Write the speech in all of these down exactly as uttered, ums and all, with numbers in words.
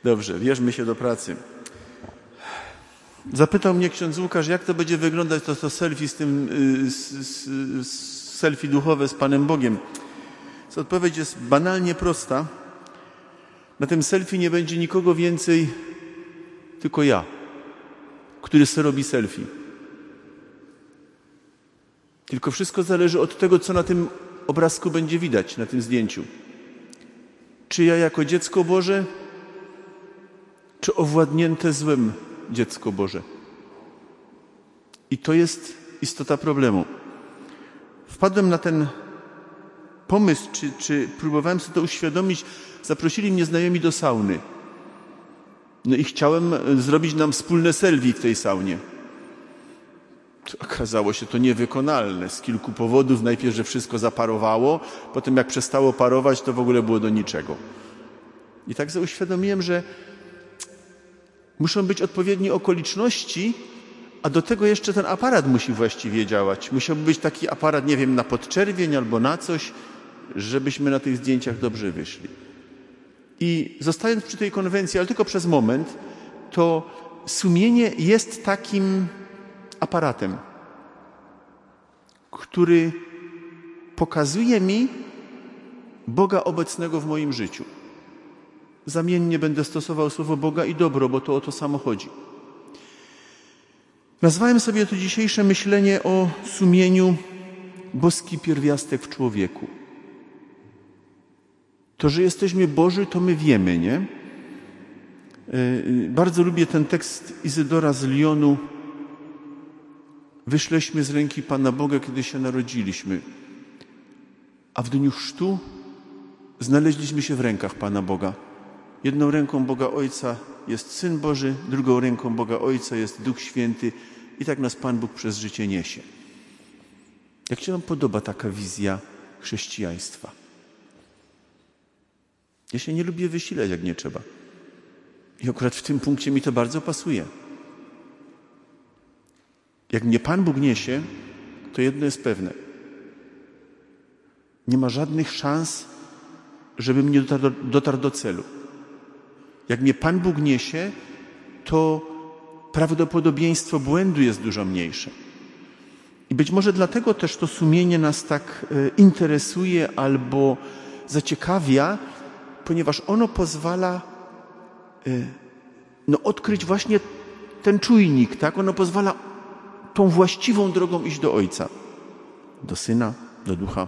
Dobrze, bierzmy się do pracy. Zapytał mnie ksiądz Łukasz, jak to będzie wyglądać to, to selfie z tym, z, z, z selfie duchowe z Panem Bogiem. Odpowiedź jest banalnie prosta. Na tym selfie nie będzie nikogo więcej, tylko ja, który sobie robi selfie. Tylko wszystko zależy od tego, co na tym obrazku będzie widać, na tym zdjęciu. Czy ja jako dziecko Boże, czy owładnięte złem dziecko Boże. I to jest istota problemu. Wpadłem na ten pomysł, czy, czy próbowałem sobie to uświadomić. Zaprosili mnie znajomi do sauny. No i chciałem zrobić nam wspólne selfie w tej saunie. Okazało się to niewykonalne z kilku powodów. Najpierw, że wszystko zaparowało, potem jak przestało parować, to w ogóle było do niczego. I tak sobie uświadomiłem, że muszą być odpowiednie okoliczności, a do tego jeszcze ten aparat musi właściwie działać. Musiałby być taki aparat, nie wiem, na podczerwień albo na coś, żebyśmy na tych zdjęciach dobrze wyszli. I zostając przy tej konwencji, ale tylko przez moment, to sumienie jest takim aparatem, który pokazuje mi Boga obecnego w moim życiu. Zamiennie będę stosował słowo Boga i dobro, bo to o to samo chodzi. Nazwałem sobie to dzisiejsze myślenie o sumieniu boski pierwiastek w człowieku. To, że jesteśmy Boży, to my wiemy, nie? Bardzo lubię ten tekst Izydora z Lyonu. Wyszleśmy z ręki Pana Boga, kiedy się narodziliśmy, a w dniu chrztu znaleźliśmy się w rękach Pana Boga. Jedną ręką Boga Ojca jest Syn Boży, drugą ręką Boga Ojca jest Duch Święty i tak nas Pan Bóg przez życie niesie. Jak się Wam podoba taka wizja chrześcijaństwa? Ja się nie lubię wysilać, jak nie trzeba. I akurat w tym punkcie mi to bardzo pasuje. Jak mnie Pan Bóg niesie, to jedno jest pewne. Nie ma żadnych szans, żebym nie dotarł do, dotarł do celu. Jak mnie Pan Bóg niesie, to prawdopodobieństwo błędu jest dużo mniejsze. I być może dlatego też to sumienie nas tak e, interesuje albo zaciekawia, ponieważ ono pozwala e, no, odkryć właśnie ten czujnik, tak? Ono pozwala tą właściwą drogą iść do Ojca, do Syna, do Ducha.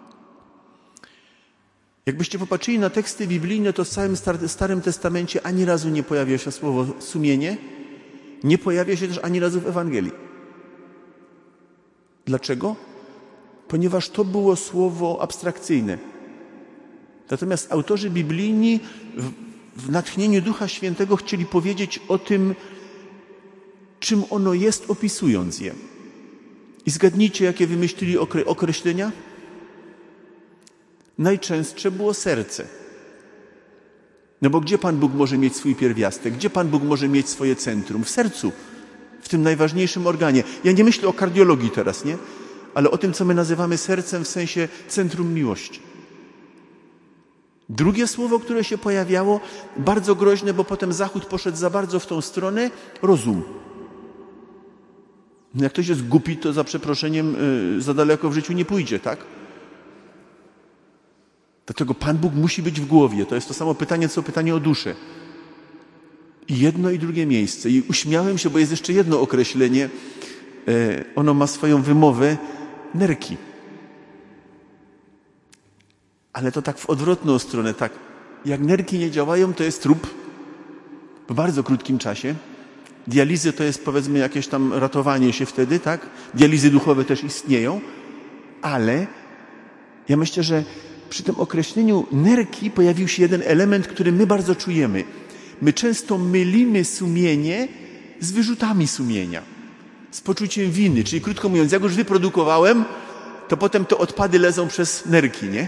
Jakbyście popatrzyli na teksty biblijne, to w całym Starym Testamencie ani razu nie pojawia się słowo sumienie, nie pojawia się też ani razu w Ewangelii. Dlaczego? Ponieważ to było słowo abstrakcyjne. Natomiast autorzy biblijni w, w natchnieniu Ducha Świętego chcieli powiedzieć o tym, czym ono jest, opisując je. I zgadnijcie, jakie wymyślili okre- określenia? Najczęstsze było serce. No bo gdzie Pan Bóg może mieć swój pierwiastek? Gdzie Pan Bóg może mieć swoje centrum? W sercu, w tym najważniejszym organie. Ja nie myślę o kardiologii teraz, nie? Ale o tym, co my nazywamy sercem w sensie centrum miłości. Drugie słowo, które się pojawiało, bardzo groźne, bo potem Zachód poszedł za bardzo w tą stronę, rozum. Jak ktoś jest głupi, to za przeproszeniem yy, za daleko w życiu nie pójdzie, tak? Dlatego Pan Bóg musi być w głowie. To jest to samo pytanie, co pytanie o duszę. I jedno i drugie miejsce. I uśmiałem się, bo jest jeszcze jedno określenie. Yy, ono ma swoją wymowę. Nerki. Ale to tak w odwrotną stronę. Tak. Jak nerki nie działają, to jest trup. W bardzo krótkim czasie. Dializy to jest, powiedzmy, jakieś tam ratowanie się wtedy, tak? Dializy duchowe też istnieją. Ale ja myślę, że przy tym określeniu nerki pojawił się jeden element, który my bardzo czujemy. My często mylimy sumienie z wyrzutami sumienia, z poczuciem winy. Czyli krótko mówiąc, jak już wyprodukowałem, to potem te odpady lezą przez nerki, nie?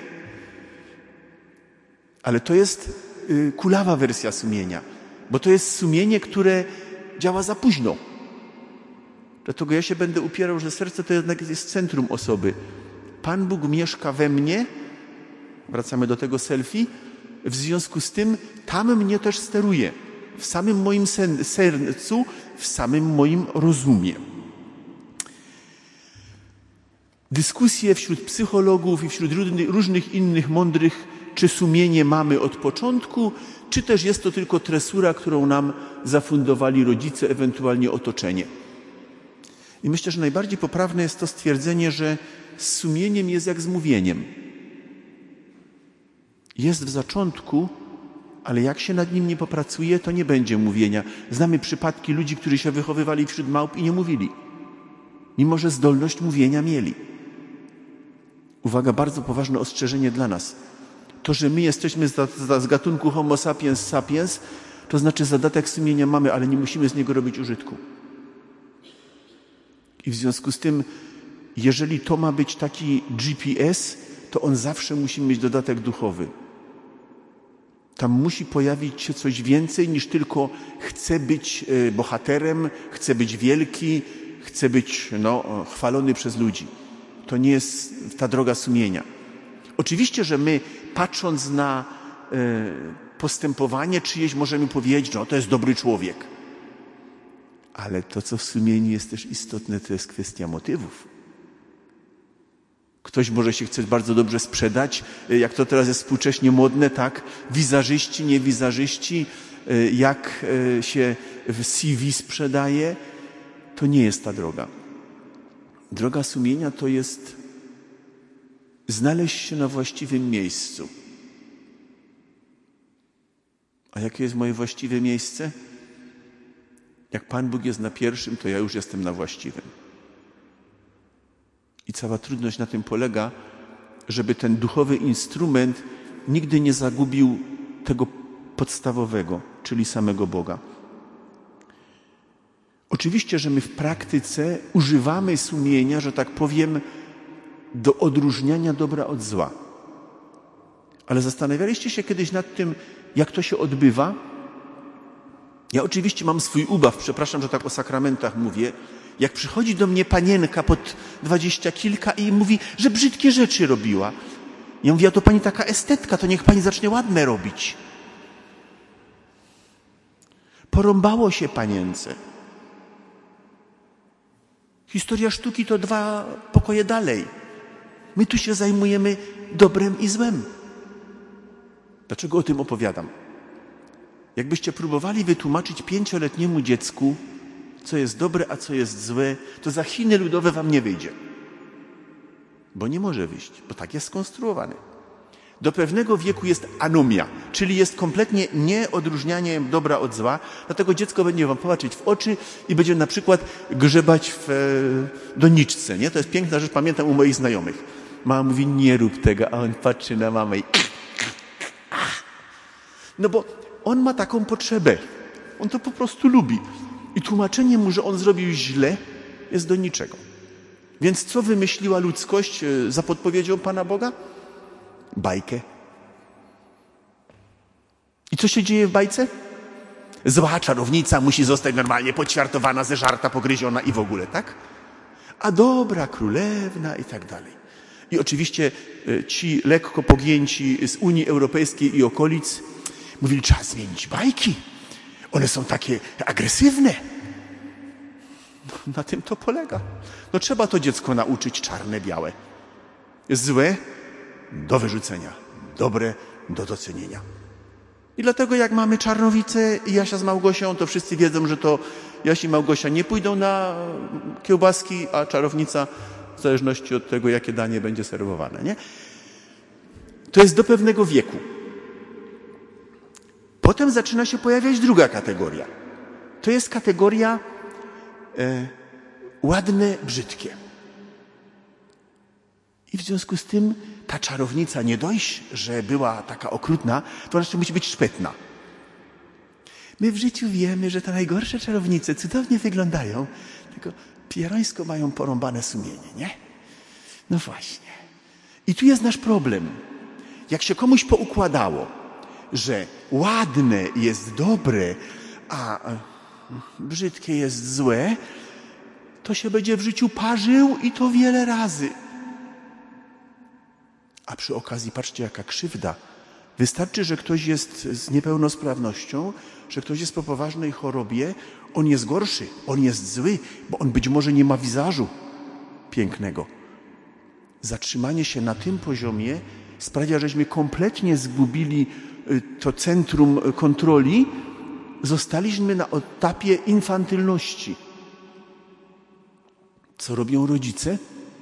Ale to jest y, kulawa wersja sumienia, bo to jest sumienie, które działa za późno. Dlatego ja się będę upierał, że serce to jednak jest centrum osoby. Pan Bóg mieszka we mnie, wracamy do tego selfie, W związku z tym tam mnie też steruje. W samym moim sercu, w samym moim rozumie. Dyskusje wśród psychologów i wśród różnych innych mądrych, czy sumienie mamy od początku, czy też jest to tylko tresura, którą nam zafundowali rodzice, ewentualnie otoczenie. I myślę, że najbardziej poprawne jest to stwierdzenie, że z sumieniem jest jak z mówieniem. Jest w zaczątku, ale jak się nad nim nie popracuje, to nie będzie mówienia. Znamy przypadki ludzi, którzy się wychowywali wśród małp i nie mówili, mimo że zdolność mówienia mieli. Uwaga, bardzo poważne ostrzeżenie dla nas. To, że my jesteśmy z, z gatunku homo sapiens sapiens, to znaczy zadatek sumienia mamy, ale nie musimy z niego robić użytku. I w związku z tym, jeżeli to ma być taki G P S, to on zawsze musi mieć dodatek duchowy. Tam musi pojawić się coś więcej niż tylko chcę być bohaterem, chcę być wielki, chcę być no, chwalony przez ludzi. To nie jest ta droga sumienia. Oczywiście, że my patrząc na y, postępowanie czyjeś możemy powiedzieć, że no, to jest dobry człowiek. Ale to, co w sumieniu jest też istotne, to jest kwestia motywów. Ktoś może się chce bardzo dobrze sprzedać, jak to teraz jest współcześnie modne, tak? Wizażyści, nie wizażyści, jak się w C V sprzedaje. To nie jest ta droga. Droga sumienia to jest znaleźć się na właściwym miejscu. A jakie jest moje właściwe miejsce? Jak Pan Bóg jest na pierwszym, to ja już jestem na właściwym. I cała trudność na tym polega, żeby ten duchowy instrument nigdy nie zagubił tego podstawowego, czyli samego Boga. Oczywiście, że my w praktyce używamy sumienia, że tak powiem, do odróżniania dobra od zła. Ale zastanawialiście się kiedyś nad tym, jak to się odbywa? Ja oczywiście mam swój ubaw, przepraszam, że tak o sakramentach mówię. Jak przychodzi do mnie panienka pod dwadzieścia kilka i mówi, że brzydkie rzeczy robiła. Ja mówię, a to pani taka estetka, to niech pani zacznie ładne robić. Porąbało się panience. Historia sztuki to dwa pokoje dalej. My tu się zajmujemy dobrem i złem. Dlaczego o tym opowiadam? Jakbyście próbowali wytłumaczyć pięcioletniemu dziecku, co jest dobre, a co jest złe, to za Chiny ludowe wam nie wyjdzie. Bo nie może wyjść, bo tak jest skonstruowany. Do pewnego wieku jest anomia, czyli jest kompletnie nieodróżnianie dobra od zła, dlatego dziecko będzie wam popatrzeć w oczy i będzie na przykład grzebać w e, doniczce. Nie? To jest piękna rzecz, pamiętam u moich znajomych. Mama mówi, nie rób tego, a on patrzy na mamę i... No bo on ma taką potrzebę. On to po prostu lubi. I tłumaczenie mu, że on zrobił źle, jest do niczego. Więc co wymyśliła ludzkość za podpowiedzią Pana Boga? Bajkę. I co się dzieje w bajce? Zła czarownica musi zostać normalnie poćwiartowana, ze żarta pogryziona i w ogóle, tak? A dobra królewna i tak dalej. I oczywiście ci lekko pogięci z Unii Europejskiej i okolic mówili, trzeba zmienić bajki. One są takie agresywne. No, na tym to polega. No trzeba to dziecko nauczyć czarne, białe. Złe do wyrzucenia, dobre do docenienia. I dlatego jak mamy Czarnowicę i Jasia z Małgosią, to wszyscy wiedzą, że to Jaś i Małgosia nie pójdą na kiełbaski, a czarownica w zależności od tego, jakie danie będzie serwowane. Nie? To jest do pewnego wieku. Potem zaczyna się pojawiać druga kategoria. To jest kategoria e, ładne, brzydkie. I w związku z tym ta czarownica nie dość, że była taka okrutna, to jeszcze musi być szpetna. My w życiu wiemy, że te najgorsze czarownice cudownie wyglądają, tylko pierońsko mają porąbane sumienie, nie? No właśnie. I tu jest nasz problem. Jak się komuś poukładało, że ładne jest dobre, a brzydkie jest złe, to się będzie w życiu parzył i to wiele razy. A przy okazji patrzcie, jaka krzywda Wystarczy, że ktoś jest z niepełnosprawnością, że ktoś jest po poważnej chorobie, on jest gorszy, on jest zły, bo on być może nie ma wizażu pięknego. Zatrzymanie się na tym poziomie sprawia, żeśmy kompletnie zgubili to centrum kontroli, zostaliśmy na etapie infantylności. Co robią rodzice?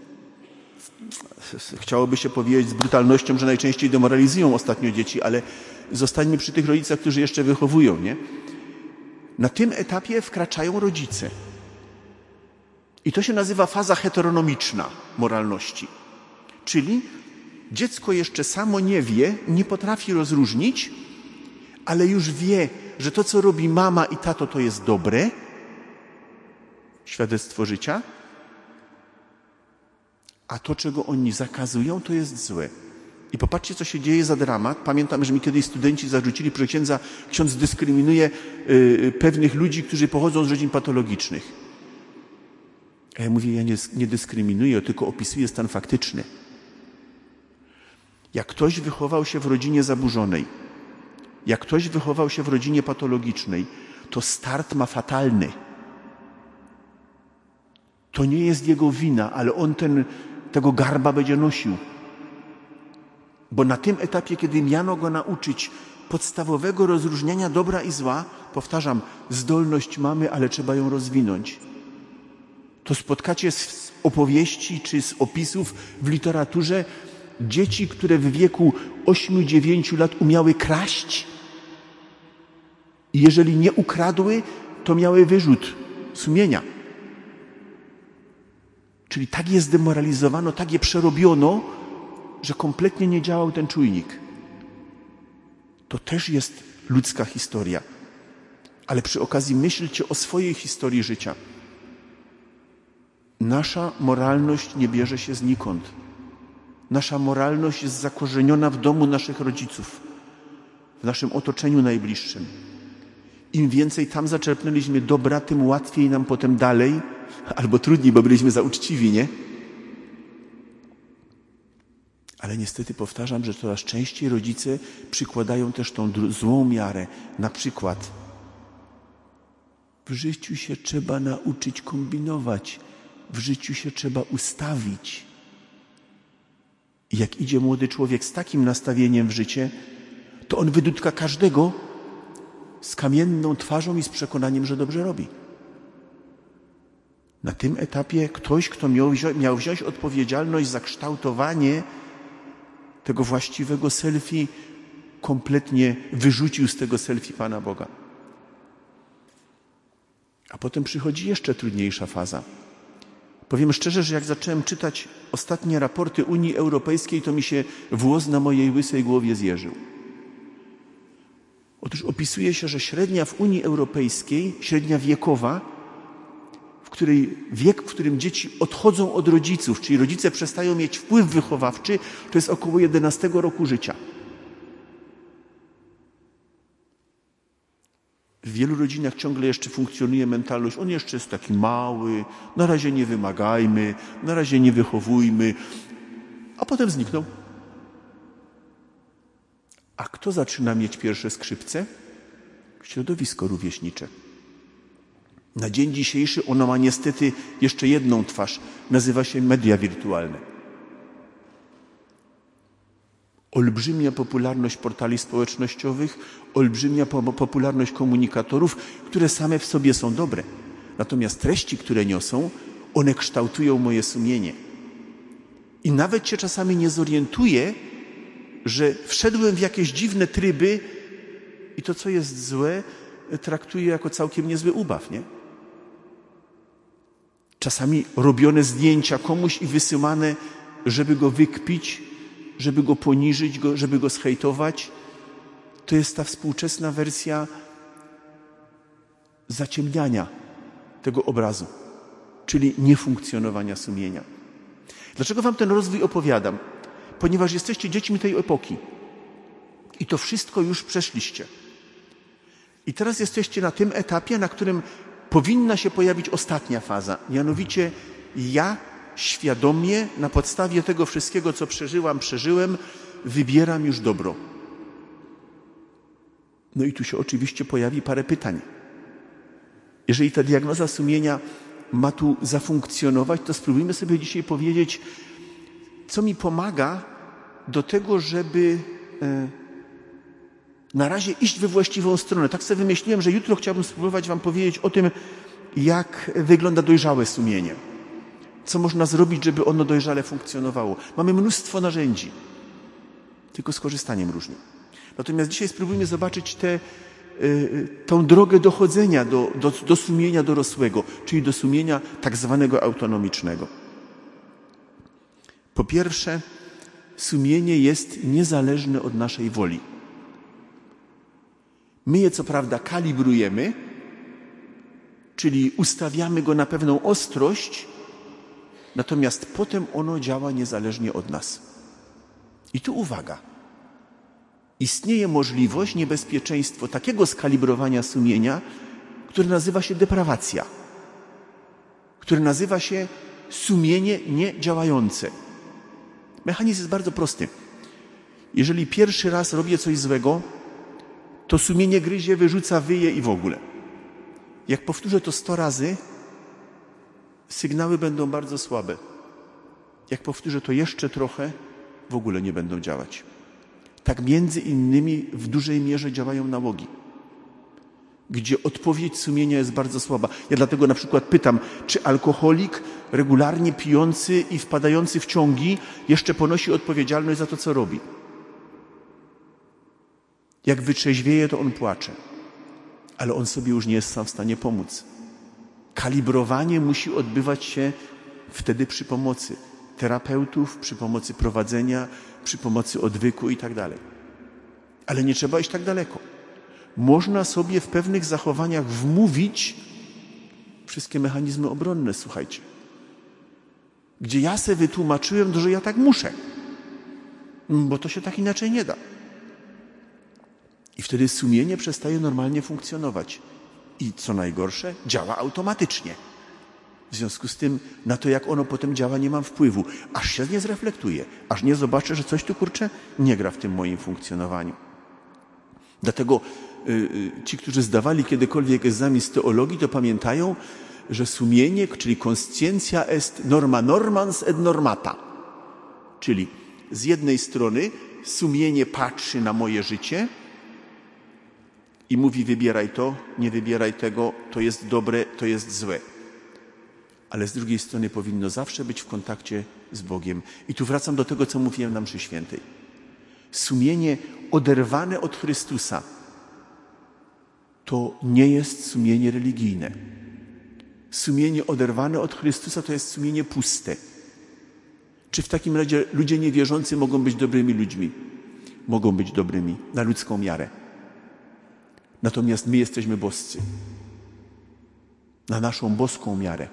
Chciałoby się powiedzieć z brutalnością, że najczęściej demoralizują ostatnio dzieci, ale zostańmy przy tych rodzicach, którzy jeszcze wychowują, nie? Na tym etapie wkraczają rodzice. I to się nazywa faza heteronomiczna moralności. Czyli dziecko jeszcze samo nie wie, nie potrafi rozróżnić, ale już wie, że to, co robi mama i tato, to jest dobre, świadectwo życia, a to, czego oni zakazują, to jest złe. I popatrzcie, co się dzieje za dramat. Pamiętam, że mi kiedyś studenci zarzucili, proszę księdza, ksiądz dyskryminuje y, pewnych ludzi, którzy pochodzą z rodzin patologicznych. A ja mówię, ja nie, nie dyskryminuję, tylko opisuję stan faktyczny. Jak ktoś wychował się w rodzinie zaburzonej, jak ktoś wychował się w rodzinie patologicznej, to start ma fatalny. To nie jest jego wina, ale on ten, tego garba będzie nosił. Bo na tym etapie, kiedy miano go nauczyć podstawowego rozróżniania dobra i zła, powtarzam, zdolność mamy, ale trzeba ją rozwinąć. To spotkacie z opowieści czy z opisów w literaturze dzieci, które w wieku ośmiu dziewięciu lat umiały kraść i jeżeli nie ukradły, to miały wyrzut sumienia. Czyli tak je zdemoralizowano, tak je przerobiono, że kompletnie nie działał ten czujnik. To też jest ludzka historia. Ale przy okazji myślcie o swojej historii życia. Nasza moralność nie bierze się znikąd. Nasza moralność jest zakorzeniona w domu naszych rodziców, w naszym otoczeniu najbliższym. Im więcej tam zaczerpnęliśmy dobra, tym łatwiej nam potem dalej, albo trudniej, bo byliśmy za uczciwi, nie? Ale niestety powtarzam, że coraz częściej rodzice przykładają też tą złą miarę. Na przykład w życiu się trzeba nauczyć kombinować, w życiu się trzeba ustawić. I jak idzie młody człowiek z takim nastawieniem w życie, to on wydutka każdego z kamienną twarzą i z przekonaniem, że dobrze robi. Na tym etapie ktoś, kto miał wziąć, miał wziąć odpowiedzialność za kształtowanie tego właściwego selfie, kompletnie wyrzucił z tego selfie Pana Boga. A potem przychodzi jeszcze trudniejsza faza. Powiem szczerze, że jak zacząłem czytać ostatnie raporty Unii Europejskiej, to mi się włos na mojej łysej głowie zjeżył. Otóż opisuje się, że średnia w Unii Europejskiej, średnia wiekowa, w której wiek, w którym dzieci odchodzą od rodziców, czyli rodzice przestają mieć wpływ wychowawczy, to jest około jedenastego roku życia. W wielu rodzinach ciągle jeszcze funkcjonuje mentalność, on jeszcze jest taki mały, na razie nie wymagajmy, na razie nie wychowujmy, a potem znikną. A kto zaczyna mieć pierwsze skrzypce? Środowisko rówieśnicze. Na dzień dzisiejszy ono ma niestety jeszcze jedną twarz. Nazywa się media wirtualne. Olbrzymia popularność portali społecznościowych, olbrzymia popularność komunikatorów, które same w sobie są dobre. Natomiast treści, które niosą, one kształtują moje sumienie. I nawet się czasami nie zorientuję, że wszedłem w jakieś dziwne tryby i to, co jest złe, traktuję jako całkiem niezły ubaw, nie? Czasami robione zdjęcia komuś i wysyłane, żeby go wykpić, żeby go poniżyć, go, żeby go zhejtować. To jest ta współczesna wersja zaciemniania tego obrazu, czyli niefunkcjonowania sumienia. Dlaczego wam ten rozwój opowiadam? Ponieważ jesteście dziećmi tej epoki i to wszystko już przeszliście. I teraz jesteście na tym etapie, na którym powinna się pojawić ostatnia faza. Mianowicie ja świadomie na podstawie tego wszystkiego, co przeżyłam, przeżyłem, wybieram już dobro. No i tu się oczywiście pojawi parę pytań. Jeżeli ta diagnoza sumienia ma tu zafunkcjonować, to spróbujmy sobie dzisiaj powiedzieć, co mi pomaga do tego, żeby e, na razie iść we właściwą stronę. Tak sobie wymyśliłem, że jutro chciałbym spróbować wam powiedzieć o tym, jak wygląda dojrzałe sumienie. Co można zrobić, żeby ono dojrzale funkcjonowało. Mamy mnóstwo narzędzi, tylko z korzystaniem różnie. Natomiast dzisiaj spróbujmy zobaczyć tę tą drogę dochodzenia do, do, do sumienia dorosłego, czyli do sumienia tak zwanego autonomicznego. Po pierwsze, sumienie jest niezależne od naszej woli. My je co prawda kalibrujemy, czyli ustawiamy go na pewną ostrość, natomiast potem ono działa niezależnie od nas. I tu uwaga. Istnieje możliwość, niebezpieczeństwo takiego skalibrowania sumienia, które nazywa się deprawacja, które nazywa się sumienie niedziałające. Mechanizm jest bardzo prosty. Jeżeli pierwszy raz robię coś złego, to sumienie gryzie, wyrzuca, wyje i w ogóle. Jak powtórzę to sto razy, sygnały będą bardzo słabe. Jak powtórzę to jeszcze trochę, w ogóle nie będą działać. Tak między innymi w dużej mierze działają nałogi, gdzie odpowiedź sumienia jest bardzo słaba. Ja dlatego na przykład pytam, czy alkoholik regularnie pijący i wpadający w ciągi jeszcze ponosi odpowiedzialność za to, co robi. Jak wytrzeźwieje, to on płacze, ale on sobie już nie jest sam w stanie pomóc. Kalibrowanie musi odbywać się wtedy przy pomocy terapeutów, przy pomocy prowadzenia, przy pomocy odwyku i tak dalej. Ale nie trzeba iść tak daleko. Można sobie w pewnych zachowaniach wmówić wszystkie mechanizmy obronne, słuchajcie. Gdzie ja sobie wytłumaczyłem, że ja tak muszę, bo to się tak inaczej nie da. I wtedy sumienie przestaje normalnie funkcjonować. I co najgorsze, działa automatycznie. W związku z tym na to, jak ono potem działa, nie mam wpływu. Aż się nie zreflektuję, aż nie zobaczę, że coś tu, kurczę, nie gra w tym moim funkcjonowaniu. Dlatego yy, ci, którzy zdawali kiedykolwiek egzamin z teologii, to pamiętają, że sumienie, czyli conscientia est norma normans et normata. Czyli z jednej strony sumienie patrzy na moje życie i mówi: wybieraj to, nie wybieraj tego, to jest dobre, to jest złe. Ale z drugiej strony powinno zawsze być w kontakcie z Bogiem. I tu wracam do tego, co mówiłem na mszy świętej. Sumienie oderwane od Chrystusa to nie jest sumienie religijne. Sumienie oderwane od Chrystusa to jest sumienie puste. Czy w takim razie ludzie niewierzący mogą być dobrymi ludźmi? Mogą być dobrymi na ludzką miarę. Natomiast my jesteśmy boscy. Na naszą boską miarę.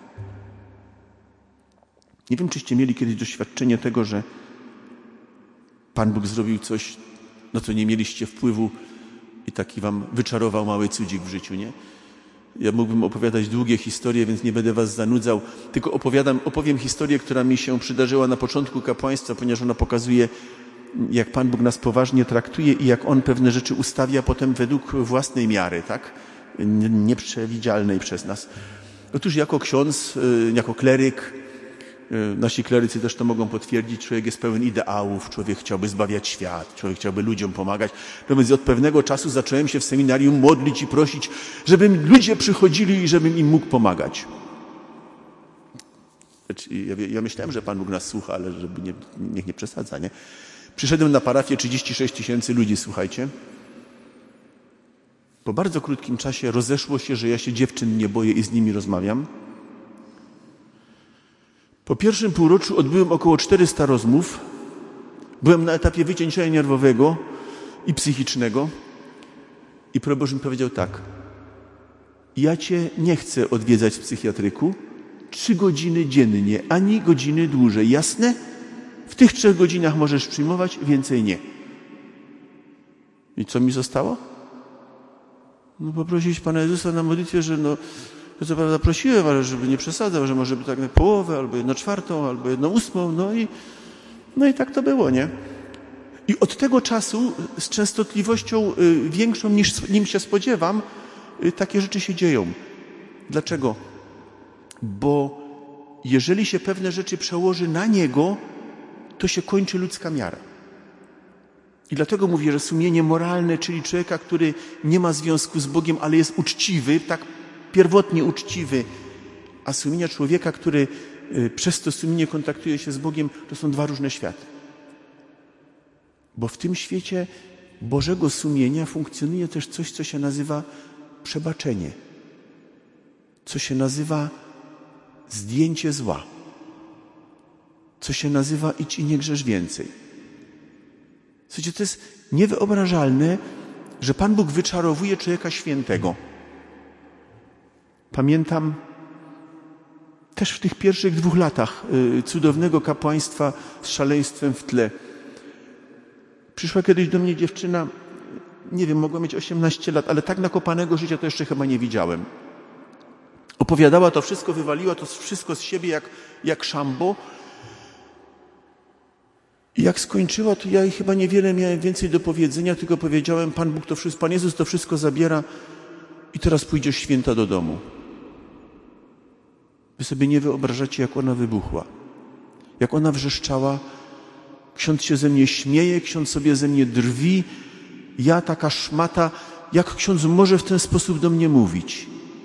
Nie wiem, czyście mieli kiedyś doświadczenie tego, że Pan Bóg zrobił coś, na co nie mieliście wpływu i taki wam wyczarował mały cudzik w życiu, nie? Ja mógłbym opowiadać długie historie, więc nie będę was zanudzał, tylko opowiadam, opowiem historię, która mi się przydarzyła na początku kapłaństwa, ponieważ ona pokazuje, jak Pan Bóg nas poważnie traktuje i jak On pewne rzeczy ustawia potem według własnej miary, tak? Nieprzewidzialnej przez nas. Otóż jako ksiądz, jako kleryk, nasi klerycy też to mogą potwierdzić, człowiek jest pełen ideałów, człowiek chciałby zbawiać świat, człowiek chciałby ludziom pomagać. No więc od pewnego czasu zacząłem się w seminarium modlić i prosić, żeby ludzie przychodzili i żebym im mógł pomagać. Ja, ja myślałem, że Pan Bóg nas słucha, ale żeby nie, niech nie przesadza, nie? Przyszedłem na parafię, trzydzieści sześć tysięcy ludzi, słuchajcie. Po bardzo krótkim czasie rozeszło się, że ja się dziewczyn nie boję i z nimi rozmawiam. Po pierwszym półroczu odbyłem około czterysta rozmów. Byłem na etapie wycieńczenia nerwowego i psychicznego. I proboszcz mi powiedział tak: ja cię nie chcę odwiedzać w psychiatryku trzy godziny dziennie, ani godziny dłużej. Jasne? W tych trzech godzinach możesz przyjmować, więcej nie. I co mi zostało? No poprosić Pana Jezusa na modlitwie, że no, ja co prawda prosiłem, ale żeby nie przesadzał, że może by tak na połowę, albo jedną czwartą, albo jedną ósmą, no i, no i tak to było, nie? I od tego czasu z częstotliwością większą niż nim się spodziewam, takie rzeczy się dzieją. Dlaczego? Bo jeżeli się pewne rzeczy przełoży na niego, to się kończy ludzka miara. I dlatego mówię, że sumienie moralne, czyli człowieka, który nie ma związku z Bogiem, ale jest uczciwy, tak pierwotnie uczciwy, a sumienia człowieka, który przez to sumienie kontaktuje się z Bogiem, to są dwa różne światy. Bo w tym świecie Bożego sumienia funkcjonuje też coś, co się nazywa przebaczenie, co się nazywa zdjęcie zła, co się nazywa idź i nie grzesz więcej. Słuchajcie, to jest niewyobrażalne, że Pan Bóg wyczarowuje człowieka świętego. Pamiętam też w tych pierwszych dwóch latach cudownego kapłaństwa z szaleństwem w tle. Przyszła kiedyś do mnie dziewczyna, nie wiem, mogła mieć osiemnaście lat, ale tak nakopanego życia to jeszcze chyba nie widziałem. Opowiadała to wszystko, wywaliła to wszystko z siebie jak, jak szambo. I jak skończyła, to ja chyba niewiele miałem więcej do powiedzenia, tylko powiedziałem, Pan Bóg to wszystko, Pan Jezus to wszystko zabiera i teraz pójdziesz święta do domu. Wy sobie nie wyobrażacie, jak ona wybuchła. Jak ona wrzeszczała, ksiądz się ze mnie śmieje, ksiądz sobie ze mnie drwi, ja taka szmata, jak ksiądz może w ten sposób do mnie mówić?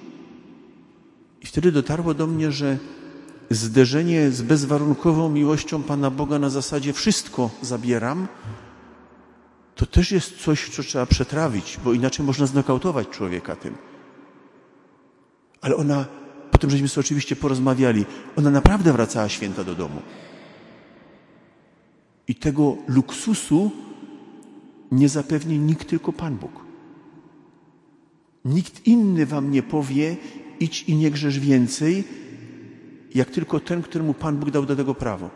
I wtedy dotarło do mnie, że zderzenie z bezwarunkową miłością Pana Boga na zasadzie wszystko zabieram, to też jest coś, co trzeba przetrawić, bo inaczej można znokautować człowieka tym. Ale ona, potem żeśmy sobie oczywiście porozmawiali, ona naprawdę wracała święta do domu. I tego luksusu nie zapewni nikt, tylko Pan Bóg. Nikt inny wam nie powie, idź i nie grzesz więcej, jak tylko ten, któremu Pan Bóg dał do tego prawo.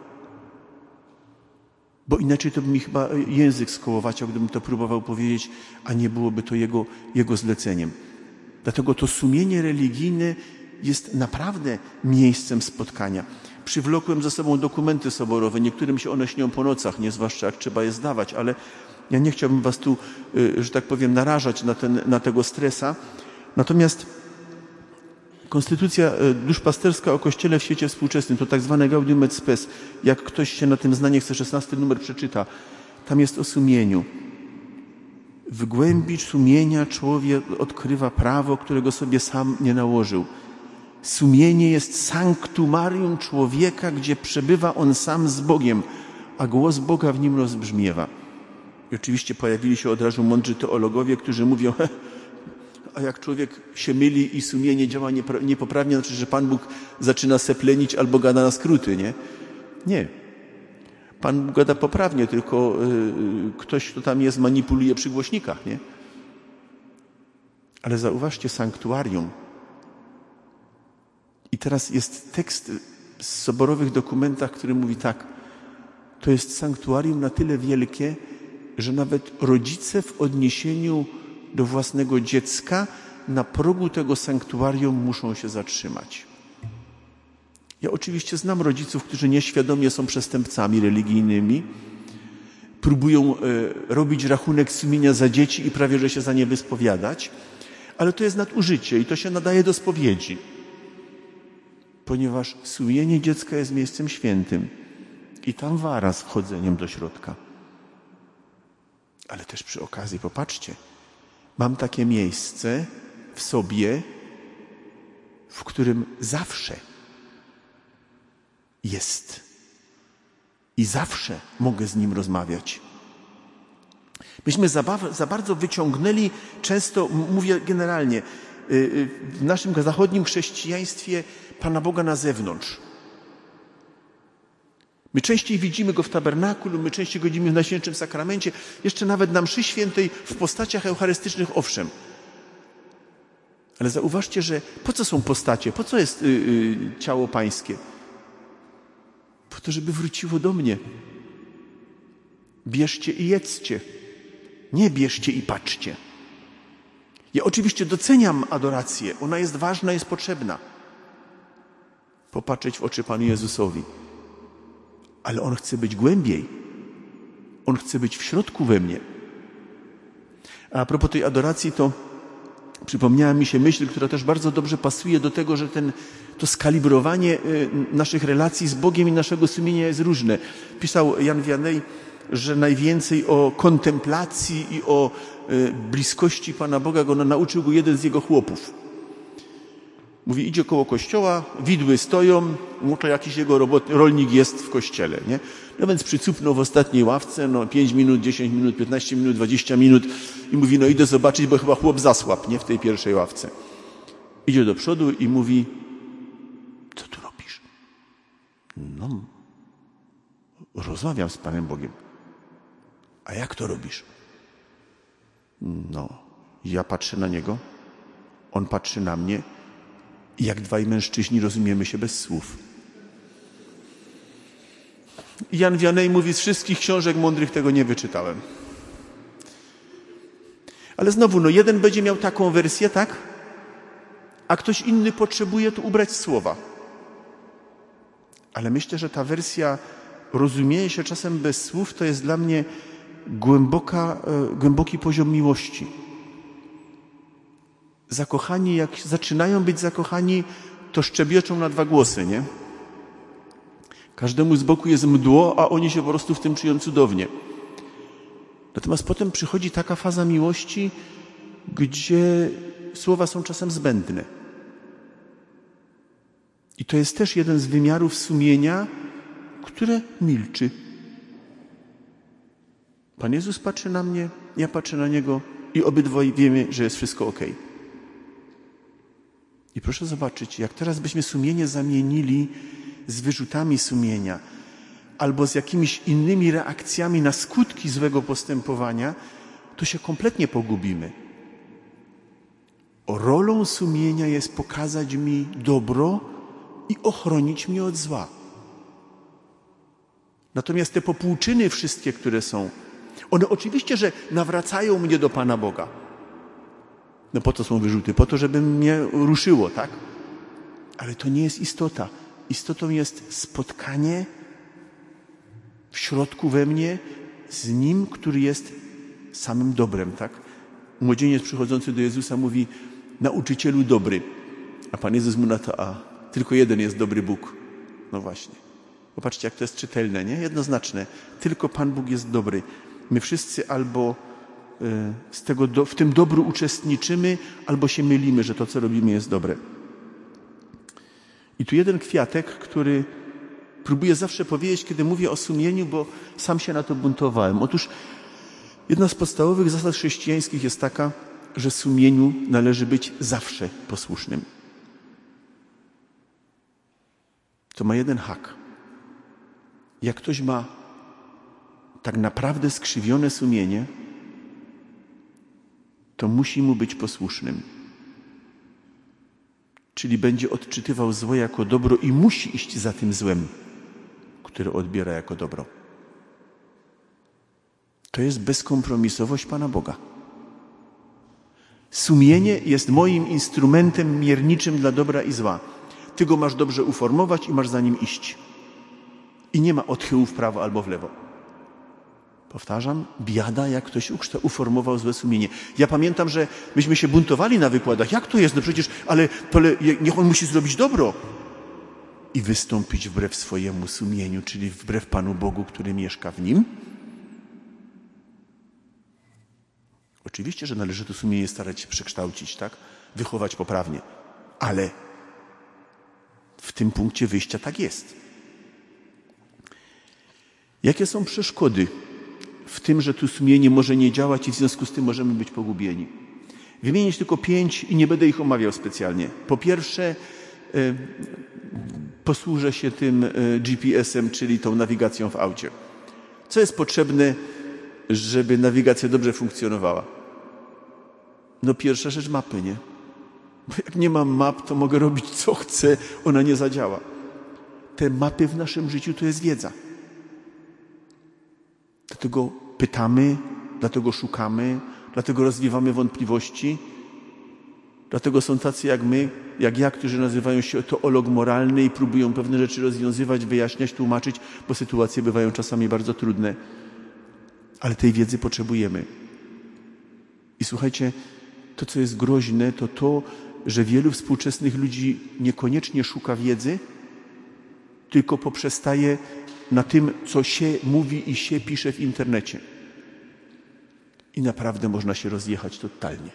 Bo inaczej to by mi chyba język skołowaciał, gdybym to próbował powiedzieć, a nie byłoby to jego, jego zleceniem. Dlatego to sumienie religijne jest naprawdę miejscem spotkania. Przywlokłem ze sobą dokumenty soborowe, niektórym się one śnią po nocach, nie zwłaszcza jak trzeba je zdawać, ale ja nie chciałbym was tu, że tak powiem, narażać na, ten, na tego stresa. Natomiast Konstytucja duszpasterska o Kościele w świecie współczesnym, to tak zwane Gaudium et Spes, jak ktoś się na tym zna, niech chce szesnasty numer przeczyta, tam jest o sumieniu. W głębi sumienia człowiek odkrywa prawo, którego sobie sam nie nałożył. Sumienie jest sanktumarium człowieka, gdzie przebywa on sam z Bogiem, a głos Boga w nim rozbrzmiewa. I oczywiście pojawili się od razu mądrzy teologowie, którzy mówią, a jak człowiek się myli i sumienie działa niepoprawnie, znaczy, że Pan Bóg zaczyna seplenić albo gada na skróty, nie? Nie. Pan Bóg gada poprawnie, tylko yy, ktoś, kto tam jest, manipuluje przy głośnikach, nie? Ale zauważcie, sanktuarium. I teraz jest tekst w soborowych dokumentach, który mówi tak. To jest sanktuarium na tyle wielkie, że nawet rodzice w odniesieniu do własnego dziecka na progu tego sanktuarium muszą się zatrzymać. Ja oczywiście znam rodziców, którzy nieświadomie są przestępcami religijnymi, próbują e, robić rachunek sumienia za dzieci i prawie że się za nie wyspowiadać, ale to jest nadużycie i to się nadaje do spowiedzi, ponieważ sumienie dziecka jest miejscem świętym i tam wara z wchodzeniem do środka. Ale też przy okazji, popatrzcie, mam takie miejsce w sobie, w którym zawsze jest i zawsze mogę z nim rozmawiać. Myśmy za, za bardzo wyciągnęli, często mówię generalnie, w naszym zachodnim chrześcijaństwie Pana Boga na zewnątrz. My częściej widzimy Go w tabernakulum, my częściej Go widzimy w Najświętszym Sakramencie, jeszcze nawet na mszy świętej w postaciach eucharystycznych, owszem. Ale zauważcie, że po co są postacie? Po co jest yy, yy, ciało pańskie? Po to, żeby wróciło do mnie. Bierzcie i jedzcie. Nie bierzcie i patrzcie. Ja oczywiście doceniam adorację. Ona jest ważna, jest potrzebna. Popatrzeć w oczy Panu Jezusowi. Ale On chce być głębiej. On chce być w środku we mnie. A propos tej adoracji, to przypomniała mi się myśl, która też bardzo dobrze pasuje do tego, że ten, to skalibrowanie naszych relacji z Bogiem i naszego sumienia jest różne. Pisał Jan Vianney, że najwięcej o kontemplacji i o bliskości Pana Boga go nauczył go jeden z jego chłopów. Mówi, idzie koło kościoła, widły stoją, no to jakiś jego robot, rolnik jest w kościele, nie? No więc przycupnął w ostatniej ławce, no pięć minut, dziesięć minut, piętnaście minut, dwadzieścia minut i mówi, no idę zobaczyć, bo chyba chłop zasłabł, nie? W tej pierwszej ławce. Idzie do przodu i mówi, co tu robisz? No, rozmawiam z Panem Bogiem. A jak to robisz? No, ja patrzę na niego, on patrzy na mnie i jak dwaj mężczyźni rozumiemy się bez słów. Jan Vianney mówi, z wszystkich książek mądrych tego nie wyczytałem. Ale znowu, no jeden będzie miał taką wersję, tak? A ktoś inny potrzebuje tu ubrać słowa. Ale myślę, że ta wersja rozumienie się czasem bez słów to jest dla mnie głęboka, głęboki poziom miłości. Zakochani, jak zaczynają być zakochani, to szczebioczą na dwa głosy, nie? Każdemu z boku jest mdło, a oni się po prostu w tym czują cudownie. Natomiast potem przychodzi taka faza miłości, gdzie słowa są czasem zbędne. I to jest też jeden z wymiarów sumienia, które milczy. Pan Jezus patrzy na mnie, ja patrzę na Niego i obydwaj wiemy, że jest wszystko okej. I proszę zobaczyć, jak teraz byśmy sumienie zamienili z wyrzutami sumienia albo z jakimiś innymi reakcjami na skutki złego postępowania, to się kompletnie pogubimy. Rolą sumienia jest pokazać mi dobro i ochronić mnie od zła. Natomiast te popłuczyny wszystkie, które są, one oczywiście, że nawracają mnie do Pana Boga. No po to są wyrzuty, po to, żeby mnie ruszyło, tak? Ale to nie jest istota. Istotą jest spotkanie w środku we mnie z Nim, który jest samym dobrem, tak? Młodzieniec przychodzący do Jezusa mówi, nauczycielu dobry. A Pan Jezus mu na to, a tylko jeden jest dobry Bóg. No właśnie. Popatrzcie, jak to jest czytelne, nie? Jednoznaczne. Tylko Pan Bóg jest dobry. My wszyscy albo z tego do, w tym dobru uczestniczymy, albo się mylimy, że to, co robimy, jest dobre. I tu jeden kwiatek, który próbuję zawsze powiedzieć, kiedy mówię o sumieniu, bo sam się na to buntowałem. Otóż jedna z podstawowych zasad chrześcijańskich jest taka, że sumieniu należy być zawsze posłusznym. To ma jeden hak. Jak ktoś ma tak naprawdę skrzywione sumienie, to musi mu być posłusznym. Czyli będzie odczytywał zło jako dobro i musi iść za tym złem, które odbiera jako dobro. To jest bezkompromisowość Pana Boga. Sumienie jest moim instrumentem mierniczym dla dobra i zła. Ty go masz dobrze uformować i masz za nim iść. I nie ma odchyłu w prawo albo w lewo. Powtarzam, biada, jak ktoś uformował złe sumienie. Ja pamiętam, że myśmy się buntowali na wykładach. Jak to jest? No przecież, ale, ale niech on musi zrobić dobro. I wystąpić wbrew swojemu sumieniu, czyli wbrew Panu Bogu, który mieszka w nim. Oczywiście, że należy to sumienie starać się przekształcić, tak? Wychować poprawnie. Ale w tym punkcie wyjścia tak jest. Jakie są przeszkody w tym, że tu sumienie może nie działać i w związku z tym możemy być pogubieni? Wymienić tylko pięć i nie będę ich omawiał specjalnie. Po pierwsze, y, posłużę się tym y, G P S-em, czyli tą nawigacją w aucie. Co jest potrzebne, żeby nawigacja dobrze funkcjonowała? No pierwsza rzecz, mapy, nie? Bo jak nie mam map, to mogę robić co chcę, ona nie zadziała. Te mapy w naszym życiu to jest wiedza. Dlatego pytamy, dlatego szukamy, dlatego rozwiewamy wątpliwości. Dlatego są tacy jak my, jak ja, którzy nazywają się teolog moralny i próbują pewne rzeczy rozwiązywać, wyjaśniać, tłumaczyć, bo sytuacje bywają czasami bardzo trudne. ale tej wiedzy potrzebujemy. I słuchajcie, to co jest groźne, to to, że wielu współczesnych ludzi niekoniecznie szuka wiedzy, tylko poprzestaje na tym, co się mówi i się pisze w internecie. I naprawdę można się rozjechać totalnie.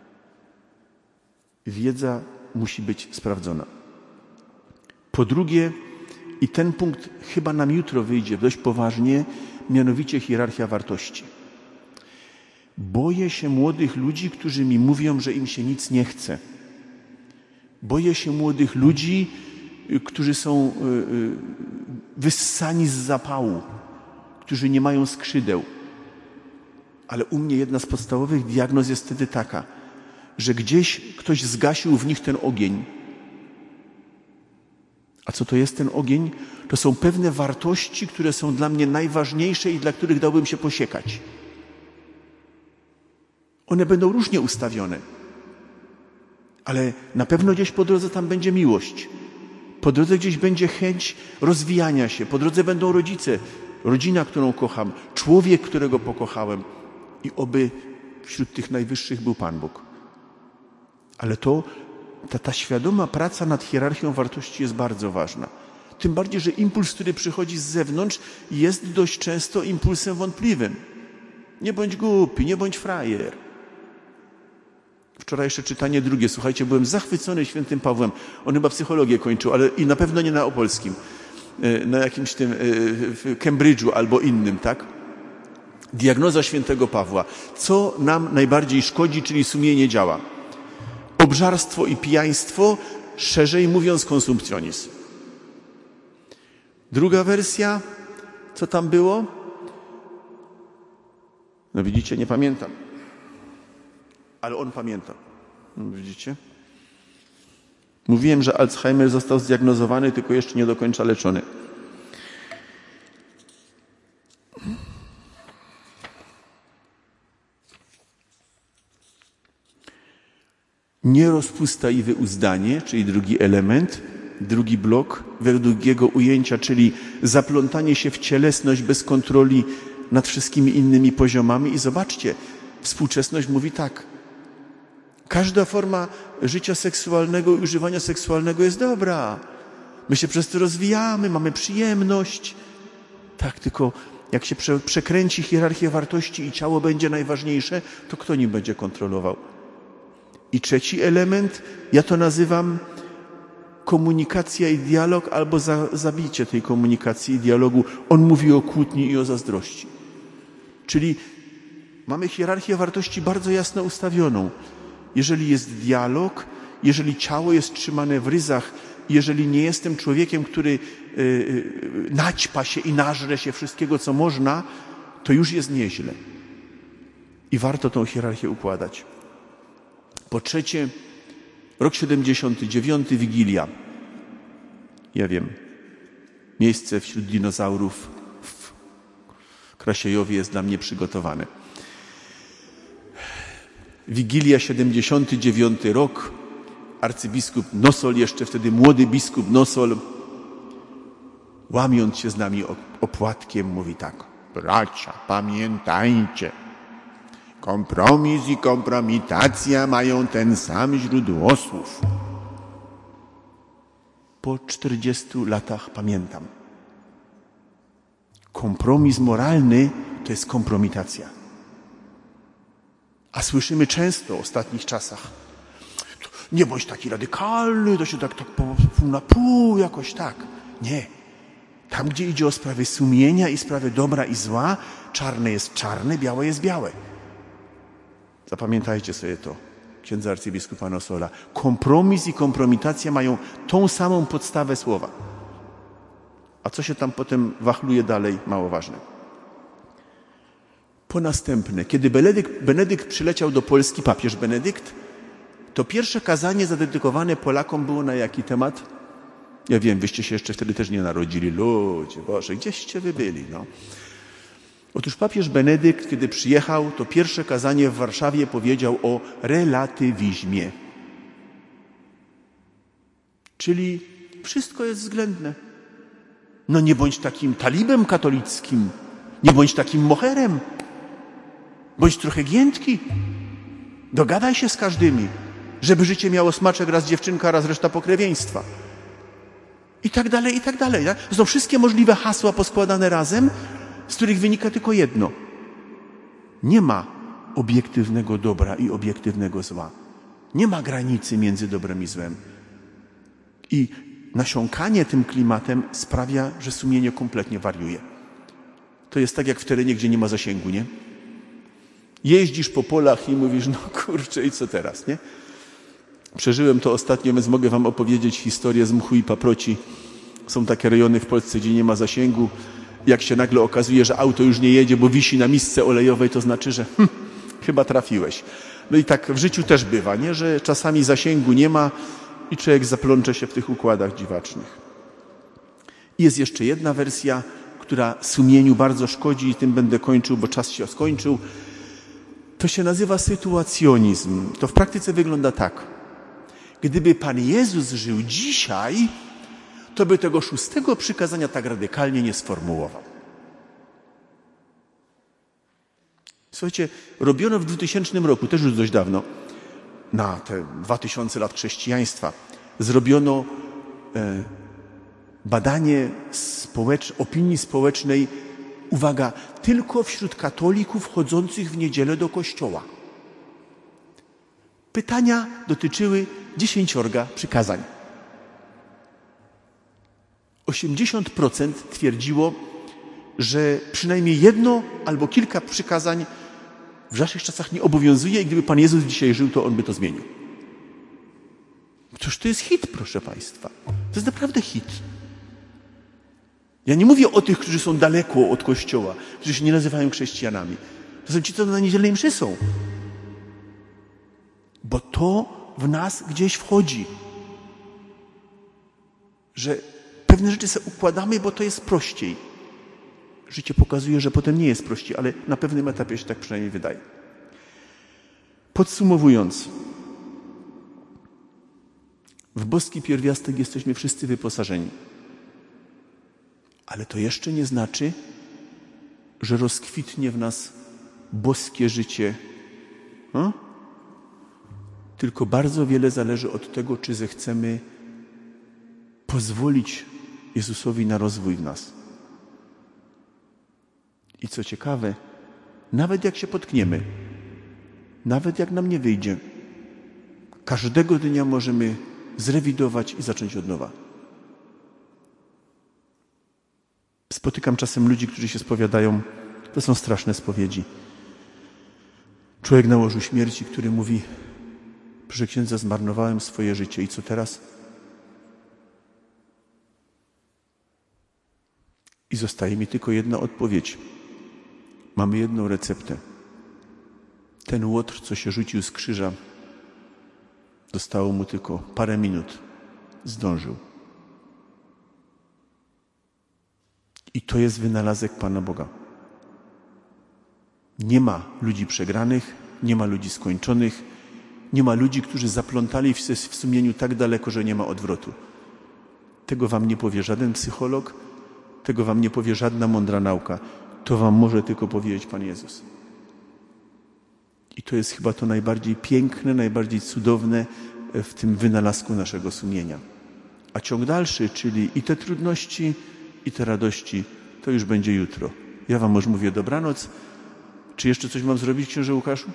Wiedza musi być sprawdzona. Po drugie, i ten punkt chyba nam jutro wyjdzie dość poważnie, mianowicie hierarchia wartości. Boję się młodych ludzi, którzy mi mówią, że im się nic nie chce. Boję się młodych ludzi, którzy są wyssani z zapału, którzy nie mają skrzydeł. Ale u mnie jedna z podstawowych diagnoz jest wtedy taka, że gdzieś ktoś zgasił w nich ten ogień. A co to jest ten ogień? To są pewne wartości, które są dla mnie najważniejsze i dla których dałbym się posiekać. One będą różnie ustawione, ale na pewno gdzieś po drodze tam będzie miłość. Po drodze gdzieś będzie chęć rozwijania się. Po drodze będą rodzice, rodzina, którą kocham, człowiek, którego pokochałem. I oby wśród tych najwyższych był Pan Bóg. Ale to, ta, ta świadoma praca nad hierarchią wartości jest bardzo ważna. Tym bardziej, że impuls, który przychodzi z zewnątrz, jest dość często impulsem wątpliwym. Nie bądź głupi, nie bądź frajer. Wczoraj jeszcze czytanie drugie. Słuchajcie, byłem zachwycony świętym Pawłem. On chyba psychologię kończył, ale i na pewno nie na Opolskim. Na jakimś tym w Cambridge'u albo innym, tak? Diagnoza świętego Pawła. Co nam najbardziej szkodzi, czyli sumienie działa? Obżarstwo i pijaństwo, szerzej mówiąc konsumpcjonizm. Druga wersja, co tam było? No widzicie, nie pamiętam. Ale on pamięta. No, widzicie? Mówiłem, że Alzheimer został zdiagnozowany, tylko jeszcze nie do końca leczony. Nierozpusta i wyuzdanie, czyli drugi element, drugi blok, według jego ujęcia, czyli zaplątanie się w cielesność bez kontroli nad wszystkimi innymi poziomami. I zobaczcie, współczesność mówi tak. Każda forma życia seksualnego i używania seksualnego jest dobra. My się przez to rozwijamy, mamy przyjemność. Tak, tylko jak się prze, przekręci hierarchię wartości i ciało będzie najważniejsze, to kto nim będzie kontrolował? I trzeci element, ja to nazywam komunikacja i dialog albo za, zabicie tej komunikacji i dialogu. On mówi o kłótni i o zazdrości. Czyli mamy hierarchię wartości bardzo jasno ustawioną. Jeżeli jest dialog, jeżeli ciało jest trzymane w ryzach, jeżeli nie jestem człowiekiem, który yy, yy, naćpa się i nażre się wszystkiego, co można, to już jest nieźle. I warto tą hierarchię układać. Po trzecie, rok siedemdziesiąty dziewiąty, Wigilia. Ja wiem, miejsce wśród dinozaurów w Krasiejowie jest dla mnie przygotowane. Wigilia, siedemdziesiąty dziewiąty rok. Arcybiskup Nosol, jeszcze wtedy młody biskup Nosol, łamiąc się z nami opłatkiem, mówi tak. Bracia, pamiętajcie, kompromis i kompromitacja mają ten sam źródłosłów. Po czterdziestu latach pamiętam. Kompromis moralny to jest kompromitacja. A słyszymy często w ostatnich czasach, nie bądź taki radykalny, to się tak, tak pół na pół, jakoś tak. Nie. Tam, gdzie idzie o sprawy sumienia i sprawy dobra i zła, czarne jest czarne, białe jest białe. Zapamiętajcie sobie to, księdza arcybiskupa Nosola. Kompromis i kompromitacja mają tą samą podstawę słowa. A co się tam potem wachluje dalej, mało ważne. Po następne, kiedy Benedykt, Benedykt przyleciał do Polski, papież Benedykt, to pierwsze kazanie zadedykowane Polakom było na jaki temat? Ja wiem, wyście się jeszcze wtedy też nie narodzili. Ludzie, Boże, gdzieście wy byli, no. Otóż papież Benedykt, kiedy przyjechał, to pierwsze kazanie w Warszawie powiedział o relatywizmie. Czyli wszystko jest względne. No nie bądź takim talibem katolickim, nie bądź takim moherem. Bądź trochę giętki. Dogadaj się z każdymi, żeby życie miało smaczek, raz dziewczynka, raz reszta pokrewieństwa. I tak dalej, i tak dalej. Tak? To są wszystkie możliwe hasła poskładane razem, z których wynika tylko jedno. Nie ma obiektywnego dobra i obiektywnego zła. Nie ma granicy między dobrem i złem. I nasiąkanie tym klimatem sprawia, że sumienie kompletnie wariuje. To jest tak jak w terenie, gdzie nie ma zasięgu, nie? Jeździsz po polach i mówisz, no kurczę, i co teraz, nie? Przeżyłem to ostatnio, więc mogę wam opowiedzieć historię z mchu i paproci. Są takie rejony w Polsce, gdzie nie ma zasięgu. Jak się nagle okazuje, że auto już nie jedzie, bo wisi na misce olejowej, to znaczy, że hm, chyba trafiłeś. No i tak w życiu też bywa, nie? Że czasami zasięgu nie ma i człowiek zaplącze się w tych układach dziwacznych. Jest jeszcze jedna wersja, która sumieniu bardzo szkodzi i tym będę kończył, bo czas się skończył. To się nazywa sytuacjonizm. To w praktyce wygląda tak. Gdyby Pan Jezus żył dzisiaj, to by tego szóstego przykazania tak radykalnie nie sformułował. Słuchajcie, robiono w dwutysięcznym roku, też już dość dawno, na te dwa tysiące lat chrześcijaństwa, zrobiono e, badanie społecz- opinii społecznej, uwaga, tylko wśród katolików chodzących w niedzielę do kościoła. Pytania dotyczyły dziesięciorga przykazań. osiemdziesiąt procent twierdziło, że przynajmniej jedno albo kilka przykazań w naszych czasach nie obowiązuje i gdyby Pan Jezus dzisiaj żył, to On by to zmienił. Cóż to jest hit, proszę Państwa. To jest naprawdę hit. Ja nie mówię o tych, którzy są daleko od Kościoła, którzy się nie nazywają chrześcijanami. To są ci, co na niedzielnej mszy są. Bo to w nas gdzieś wchodzi. Że pewne rzeczy sobie układamy, bo to jest prościej. Życie pokazuje, że potem nie jest prościej, ale na pewnym etapie się tak przynajmniej wydaje. Podsumowując, w boski pierwiastek jesteśmy wszyscy wyposażeni. Ale to jeszcze nie znaczy, że rozkwitnie w nas boskie życie. Hmm? Tylko bardzo wiele zależy od tego, czy zechcemy pozwolić Jezusowi na rozwój w nas. I co ciekawe, nawet jak się potkniemy, nawet jak nam nie wyjdzie, każdego dnia możemy zrewidować i zacząć od nowa. Spotykam czasem ludzi, którzy się spowiadają, to są straszne spowiedzi. Człowiek na łożu śmierci, który mówi, proszę księdza, zmarnowałem swoje życie i co teraz? I zostaje mi tylko jedna odpowiedź. Mamy jedną receptę. Ten łotr, co się rzucił z krzyża, zostało mu tylko parę minut. Zdążył. I to jest wynalazek Pana Boga. Nie ma ludzi przegranych, nie ma ludzi skończonych, nie ma ludzi, którzy zaplątali w sumieniu tak daleko, że nie ma odwrotu. Tego wam nie powie żaden psycholog, tego wam nie powie żadna mądra nauka. To wam może tylko powiedzieć Pan Jezus. I to jest chyba to najbardziej piękne, najbardziej cudowne w tym wynalazku naszego sumienia. A ciąg dalszy, czyli i te trudności, i te radości, to już będzie jutro. Ja wam już mówię dobranoc. Czy jeszcze coś mam zrobić, księże Łukaszu?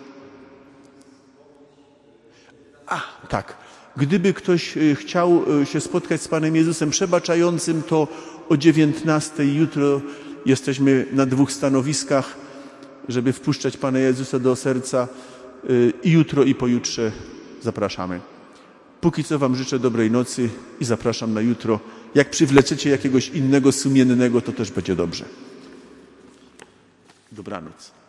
A, tak. Gdyby ktoś chciał się spotkać z Panem Jezusem przebaczającym, to o dziewiętnastej jutro jesteśmy na dwóch stanowiskach, żeby wpuszczać Pana Jezusa do serca. I jutro, i pojutrze zapraszamy. Póki co wam życzę dobrej nocy i zapraszam na jutro. Jak przywleczecie jakiegoś innego sumiennego, to też będzie dobrze. Dobranoc.